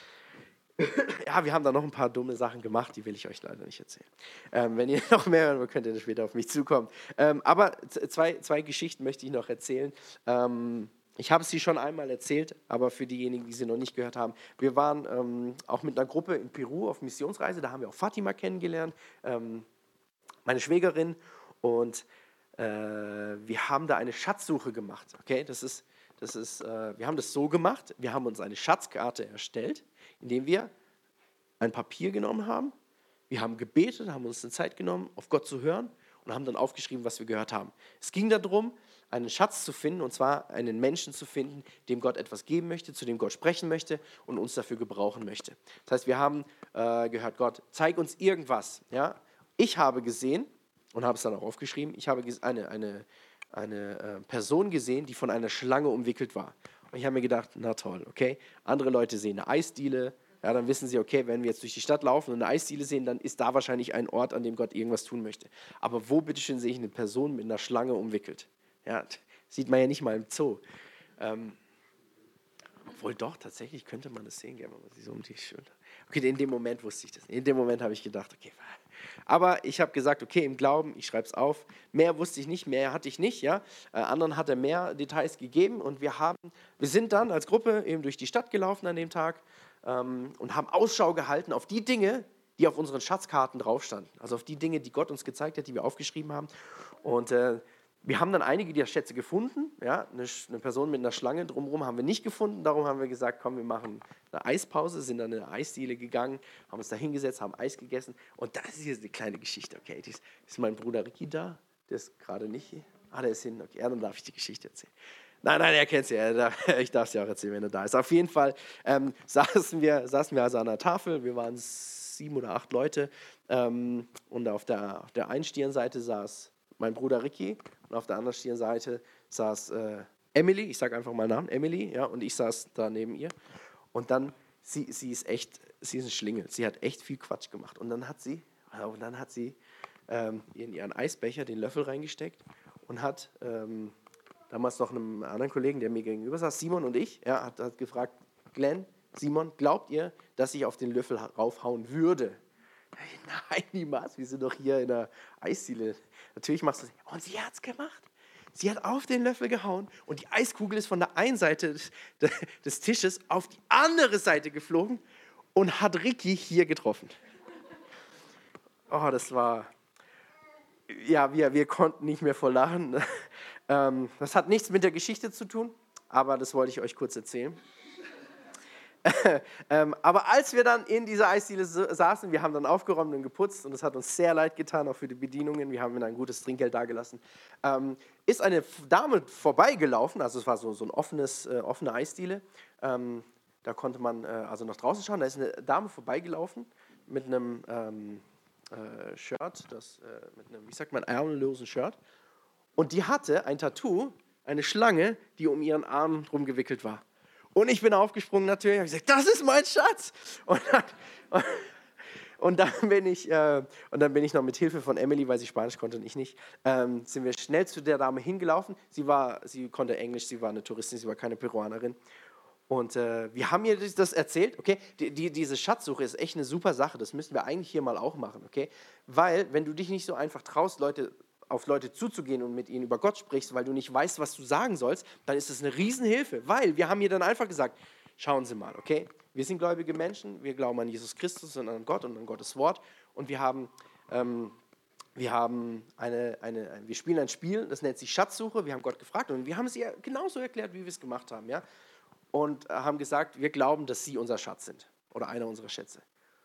Ja, wir haben da noch ein paar dumme Sachen gemacht, die will ich euch leider nicht erzählen. Ähm, wenn ihr noch mehr hören wollt, könnt ihr später auf mich zukommen. Ähm, aber zwei, zwei Geschichten möchte ich noch erzählen. Ähm, ich habe sie schon einmal erzählt, aber für diejenigen, die sie noch nicht gehört haben, wir waren ähm, auch mit einer Gruppe in Peru auf Missionsreise, da haben wir auch Fatima kennengelernt, ähm, meine Schwägerin, und äh, wir haben da eine Schatzsuche gemacht. Okay, das ist, das ist, äh, wir haben das so gemacht, wir haben uns eine Schatzkarte erstellt, indem wir ein Papier genommen haben, wir haben gebetet, haben uns eine Zeit genommen, auf Gott zu hören und haben dann aufgeschrieben, was wir gehört haben. Es ging darum, einen Schatz zu finden, und zwar einen Menschen zu finden, dem Gott etwas geben möchte, zu dem Gott sprechen möchte und uns dafür gebrauchen möchte. Das heißt, wir haben äh, gehört, Gott, zeig uns irgendwas. Ja? Ich habe gesehen, und habe es dann auch aufgeschrieben, ich habe eine, eine, eine äh, Person gesehen, die von einer Schlange umwickelt war. Und ich habe mir gedacht, na toll, okay. Andere Leute sehen eine Eisdiele, ja, dann wissen sie, okay, wenn wir jetzt durch die Stadt laufen und eine Eisdiele sehen, dann ist da wahrscheinlich ein Ort, an dem Gott irgendwas tun möchte. Aber wo bitteschön sehe ich eine Person mit einer Schlange umwickelt? Ja, sieht man ja nicht mal im Zoo. Ähm, obwohl doch, tatsächlich könnte man das sehen, wenn man sich so um die Schulter. Okay, in dem Moment wusste ich das. In dem Moment habe ich gedacht, okay, aber ich habe gesagt, okay, im Glauben, ich schreibe es auf. Mehr wusste ich nicht, mehr hatte ich nicht. Ja? Äh, anderen hat er mehr Details gegeben und wir haben, wir sind dann als Gruppe eben durch die Stadt gelaufen an dem Tag ähm, und haben Ausschau gehalten auf die Dinge, die auf unseren Schatzkarten drauf standen. Also auf die Dinge, die Gott uns gezeigt hat, die wir aufgeschrieben haben. Und äh, wir haben dann einige der Schätze gefunden. Ja? Eine, eine Person mit einer Schlange drumherum haben wir nicht gefunden. Darum haben wir gesagt, komm, wir machen eine Eispause, sind dann in eine Eisdiele gegangen, haben uns da hingesetzt, haben Eis gegessen. Und das ist jetzt eine kleine Geschichte. Okay, ist, ist mein Bruder Ricky da? Der ist gerade nicht hier. Ah, der ist hin. Okay, ja, dann darf ich die Geschichte erzählen. Nein, nein, er kennt sie. Ja. Ich darf sie auch erzählen, wenn er da ist. Auf jeden Fall ähm, saßen, wir, saßen wir also an der Tafel. Wir waren sieben oder acht Leute. Ähm, und auf der, auf der einen Stirnseite saß mein Bruder Ricky und auf der anderen Stirnseite saß äh, Emily, ich sage einfach mal Namen, Emily, ja, und ich saß da neben ihr. Und dann, sie, sie ist echt, sie ist ein Schlingel, sie hat echt viel Quatsch gemacht. Und dann hat sie, und dann hat sie ähm, in ihren Eisbecher den Löffel reingesteckt und hat ähm, damals noch einem anderen Kollegen, der mir gegenüber saß, Simon und ich, ja, hat, hat gefragt, Glenn, Simon, glaubt ihr, dass ich auf den Löffel raufhauen würde? Nein, niemals, wir sind doch hier in der Eisdiele. Natürlich machst du das. Und sie hat es gemacht. Sie hat auf den Löffel gehauen und die Eiskugel ist von der einen Seite des, des Tisches auf die andere Seite geflogen und hat Ricky hier getroffen. Oh, das war... Ja, wir, wir konnten nicht mehr vor lachen. Ähm, das hat nichts mit der Geschichte zu tun, aber das wollte ich euch kurz erzählen. ähm, aber als wir dann in dieser Eisdiele saßen, wir haben dann aufgeräumt und geputzt und es hat uns sehr leid getan, auch für die Bedienungen, wir haben ihnen ein gutes Trinkgeld dagelassen, ähm, ist eine Dame vorbeigelaufen, also es war so, so ein offenes, äh, offene Eisdiele, ähm, Da konnte man äh, also nach draußen schauen. Da ist eine Dame vorbeigelaufen mit einem ähm, äh, Shirt, das, äh, mit einem, wie sagt man, ärmellosen Shirt. Und die hatte ein Tattoo, eine Schlange, die um ihren Arm drum gewickelt war. Und ich bin aufgesprungen natürlich, habe gesagt, das ist mein Schatz. Und dann, und dann, bin, ich, äh, und dann bin ich noch mit Hilfe von Emily, weil sie Spanisch konnte und ich nicht, ähm, sind wir schnell zu der Dame hingelaufen. Sie, war, sie konnte Englisch, sie war eine Touristin, sie war keine Peruanerin. Und äh, wir haben ihr das erzählt, okay? Die, die, diese Schatzsuche ist echt eine super Sache, das müssen wir eigentlich hier mal auch machen, okay? Weil, wenn du dich nicht so einfach traust, Leute auf Leute zuzugehen und mit ihnen über Gott sprichst, weil du nicht weißt, was du sagen sollst, dann ist das eine Riesenhilfe, weil wir haben ihr dann einfach gesagt, schauen Sie mal, okay, wir sind gläubige Menschen, wir glauben an Jesus Christus und an Gott und an Gottes Wort und wir haben, ähm, wir haben eine, eine, ein, wir spielen ein Spiel, das nennt sich Schatzsuche, wir haben Gott gefragt und wir haben es ihr genauso erklärt, wie wir es gemacht haben, ja, und haben gesagt, wir glauben, dass Sie unser Schatz sind oder einer unserer Schätze.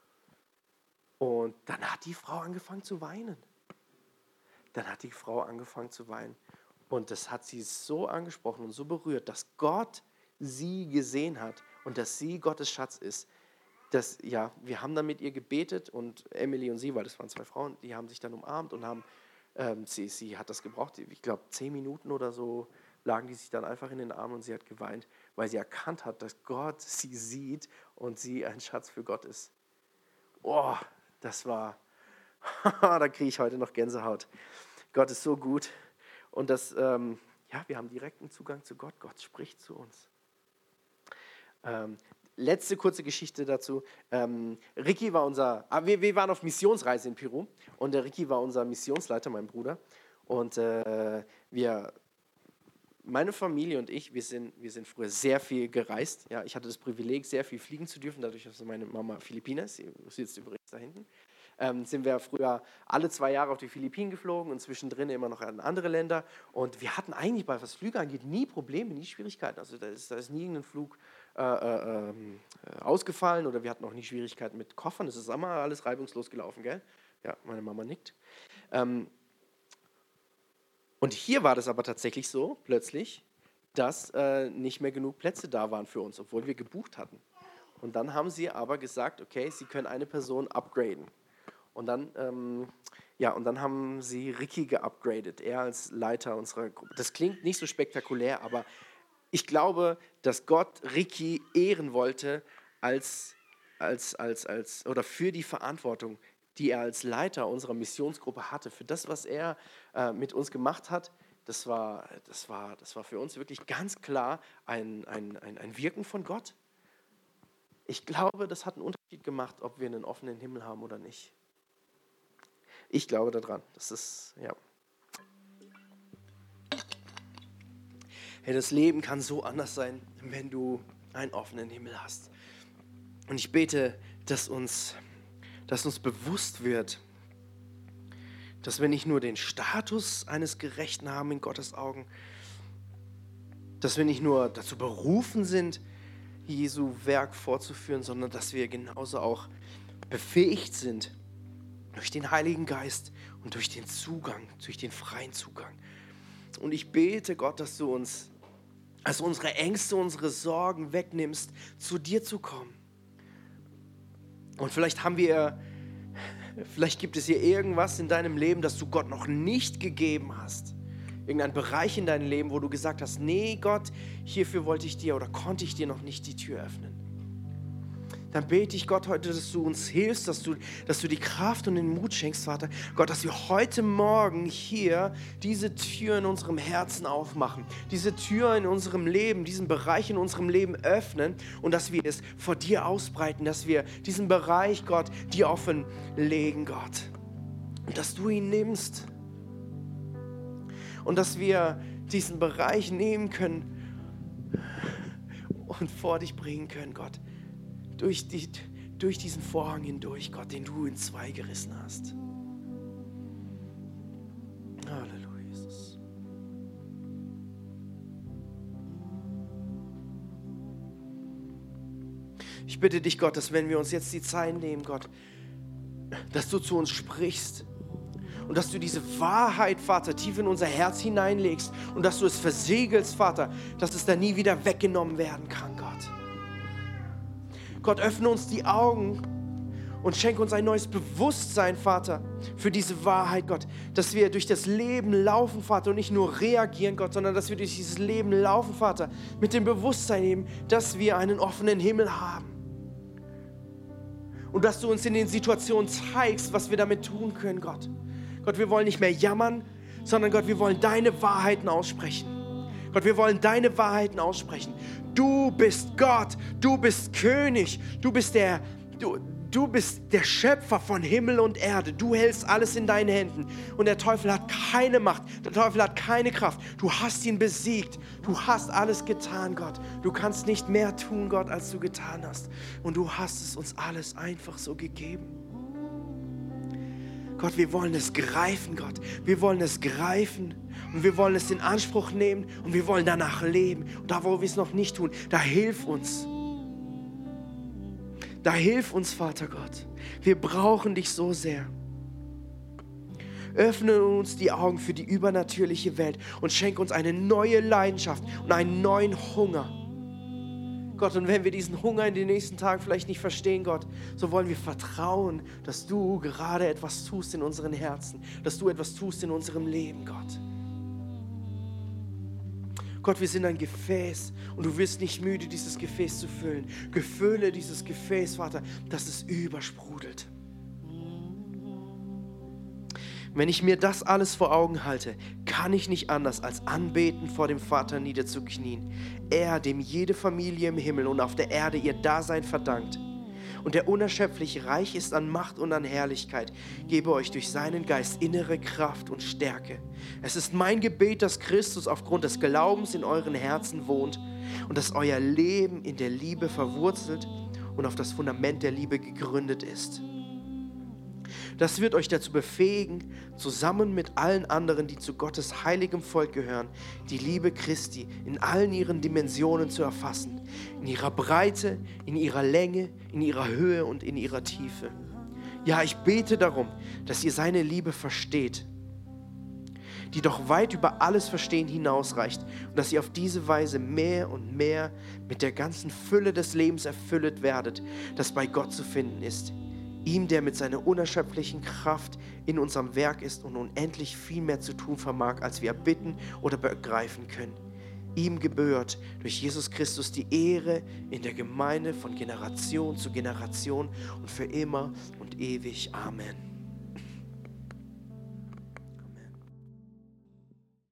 Und dann hat die Frau angefangen zu weinen. Dann hat die Frau angefangen zu weinen. Und das hat sie so angesprochen und so berührt, dass Gott sie gesehen hat und dass sie Gottes Schatz ist. Das, ja, wir haben dann mit ihr gebetet und Emily und sie, weil das waren zwei Frauen, die haben sich dann umarmt und haben, ähm, sie, sie hat das gebraucht, ich glaube zehn Minuten oder so lagen die sich dann einfach in den Armen und sie hat geweint, weil sie erkannt hat, dass Gott sie sieht und sie ein Schatz für Gott ist. Oh, das war... da kriege ich heute noch Gänsehaut. Gott ist so gut. Und das, ähm, ja, wir haben direkten Zugang zu Gott. Gott spricht zu uns. Ähm, letzte kurze Geschichte dazu. Ähm, Ricky war unser, ah, wir, wir waren auf Missionsreise in Peru und der Ricky war unser Missionsleiter, mein Bruder. Und äh, wir, meine Familie und ich, wir sind, wir sind früher sehr viel gereist. Ja, ich hatte das Privileg, sehr viel fliegen zu dürfen, dadurch, dass meine Mama Philippiner ist. Sie sitzt übrigens da hinten. Ähm, sind wir früher alle zwei Jahre auf die Philippinen geflogen und zwischendrin immer noch in andere Länder. Und wir hatten eigentlich, bei was Flüge angeht, nie Probleme, nie Schwierigkeiten. Also da ist, da ist nie irgendein Flug äh, äh, äh, ausgefallen oder wir hatten auch nie Schwierigkeiten mit Koffern. Das ist immer alles reibungslos gelaufen, gell? Ja, meine Mama nickt. Ähm, und hier war das aber tatsächlich so, plötzlich, dass äh, nicht mehr genug Plätze da waren für uns, obwohl wir gebucht hatten. Und dann haben sie aber gesagt, okay, sie können eine Person upgraden. Und dann, ähm, ja, und dann haben sie Ricky geupgradet, er als Leiter unserer Gruppe. Das klingt nicht so spektakulär, aber ich glaube, dass Gott Ricky ehren wollte als, als, als, als, oder für die Verantwortung, die er als Leiter unserer Missionsgruppe hatte. Für das, was er äh, mit uns gemacht hat, das war, das, war, das war für uns wirklich ganz klar ein, ein, ein, ein Wirken von Gott. Ich glaube, das hat einen Unterschied gemacht, ob wir einen offenen Himmel haben oder nicht. Ich glaube daran. Das ist, ja. Hey, das Leben kann so anders sein, wenn du einen offenen Himmel hast. Und ich bete, dass uns, dass uns bewusst wird, dass wir nicht nur den Status eines Gerechten haben in Gottes Augen, dass wir nicht nur dazu berufen sind, Jesu Werk fortzuführen, sondern dass wir genauso auch befähigt sind, durch den Heiligen Geist und durch den Zugang, durch den freien Zugang. Und ich bete, Gott, dass du uns, also unsere Ängste, unsere Sorgen wegnimmst, zu dir zu kommen. Und vielleicht haben wir, vielleicht gibt es hier irgendwas in deinem Leben, das du Gott noch nicht gegeben hast. Irgendein Bereich in deinem Leben, wo du gesagt hast, nee, Gott, hierfür wollte ich dir oder konnte ich dir noch nicht die Tür öffnen. Dann bete ich Gott heute, dass du uns hilfst, dass du, dass du die Kraft und den Mut schenkst, Vater. Gott, dass wir heute Morgen hier diese Tür in unserem Herzen aufmachen, diese Tür in unserem Leben, diesen Bereich in unserem Leben öffnen und dass wir es vor dir ausbreiten, dass wir diesen Bereich, Gott, dir offenlegen, Gott. Und dass du ihn nimmst und dass wir diesen Bereich nehmen können und vor dich bringen können, Gott. Durch, die, durch diesen Vorhang hindurch, Gott, den du in zwei gerissen hast. Halleluja, Jesus. Ich bitte dich, Gott, dass wenn wir uns jetzt die Zeit nehmen, Gott, dass du zu uns sprichst und dass du diese Wahrheit, Vater, tief in unser Herz hineinlegst und dass du es versiegelst, Vater, dass es dann nie wieder weggenommen werden kann, Gott. Gott, öffne uns die Augen und schenke uns ein neues Bewusstsein, Vater, für diese Wahrheit, Gott. Dass wir durch das Leben laufen, Vater, und nicht nur reagieren, Gott, sondern dass wir durch dieses Leben laufen, Vater, mit dem Bewusstsein eben, dass wir einen offenen Himmel haben. Und dass du uns in den Situationen zeigst, was wir damit tun können, Gott. Gott, wir wollen nicht mehr jammern, sondern Gott, wir wollen deine Wahrheiten aussprechen. Gott, wir wollen deine Wahrheiten aussprechen. Du bist Gott, du bist König, du bist der, du, du bist der Schöpfer von Himmel und Erde. Du hältst alles in deinen Händen und der Teufel hat keine Macht, der Teufel hat keine Kraft. Du hast ihn besiegt, du hast alles getan, Gott. Du kannst nicht mehr tun, Gott, als du getan hast. Und du hast es uns alles einfach so gegeben. Gott, wir wollen es greifen, Gott. Wir wollen es greifen und wir wollen es in Anspruch nehmen und wir wollen danach leben. Und da, wo wir es noch nicht tun, da hilf uns. Da hilf uns, Vater Gott. Wir brauchen dich so sehr. Öffne uns die Augen für die übernatürliche Welt und schenke uns eine neue Leidenschaft und einen neuen Hunger. Gott, und wenn wir diesen Hunger in den nächsten Tagen vielleicht nicht verstehen, Gott, so wollen wir vertrauen, dass du gerade etwas tust in unseren Herzen, dass du etwas tust in unserem Leben, Gott. Gott, wir sind ein Gefäß und du wirst nicht müde, dieses Gefäß zu füllen. Gefülle dieses Gefäß, Vater, dass es übersprudelt. Wenn ich mir das alles vor Augen halte, kann ich nicht anders als anbeten, vor dem Vater niederzuknien. Er, dem jede Familie im Himmel und auf der Erde ihr Dasein verdankt und der unerschöpflich reich ist an Macht und an Herrlichkeit, gebe euch durch seinen Geist innere Kraft und Stärke. Es ist mein Gebet, dass Christus aufgrund des Glaubens in euren Herzen wohnt und dass euer Leben in der Liebe verwurzelt und auf das Fundament der Liebe gegründet ist. Das wird euch dazu befähigen, zusammen mit allen anderen, die zu Gottes heiligem Volk gehören, die Liebe Christi in allen ihren Dimensionen zu erfassen. In ihrer Breite, in ihrer Länge, in ihrer Höhe und in ihrer Tiefe. Ja, ich bete darum, dass ihr seine Liebe versteht, die doch weit über alles Verstehen hinausreicht und dass ihr auf diese Weise mehr und mehr mit der ganzen Fülle des Lebens erfüllet werdet, das bei Gott zu finden ist. Ihm, der mit seiner unerschöpflichen Kraft in unserem Werk ist und unendlich viel mehr zu tun vermag, als wir erbitten oder begreifen können. Ihm gebührt durch Jesus Christus die Ehre in der Gemeinde von Generation zu Generation und für immer und ewig. Amen.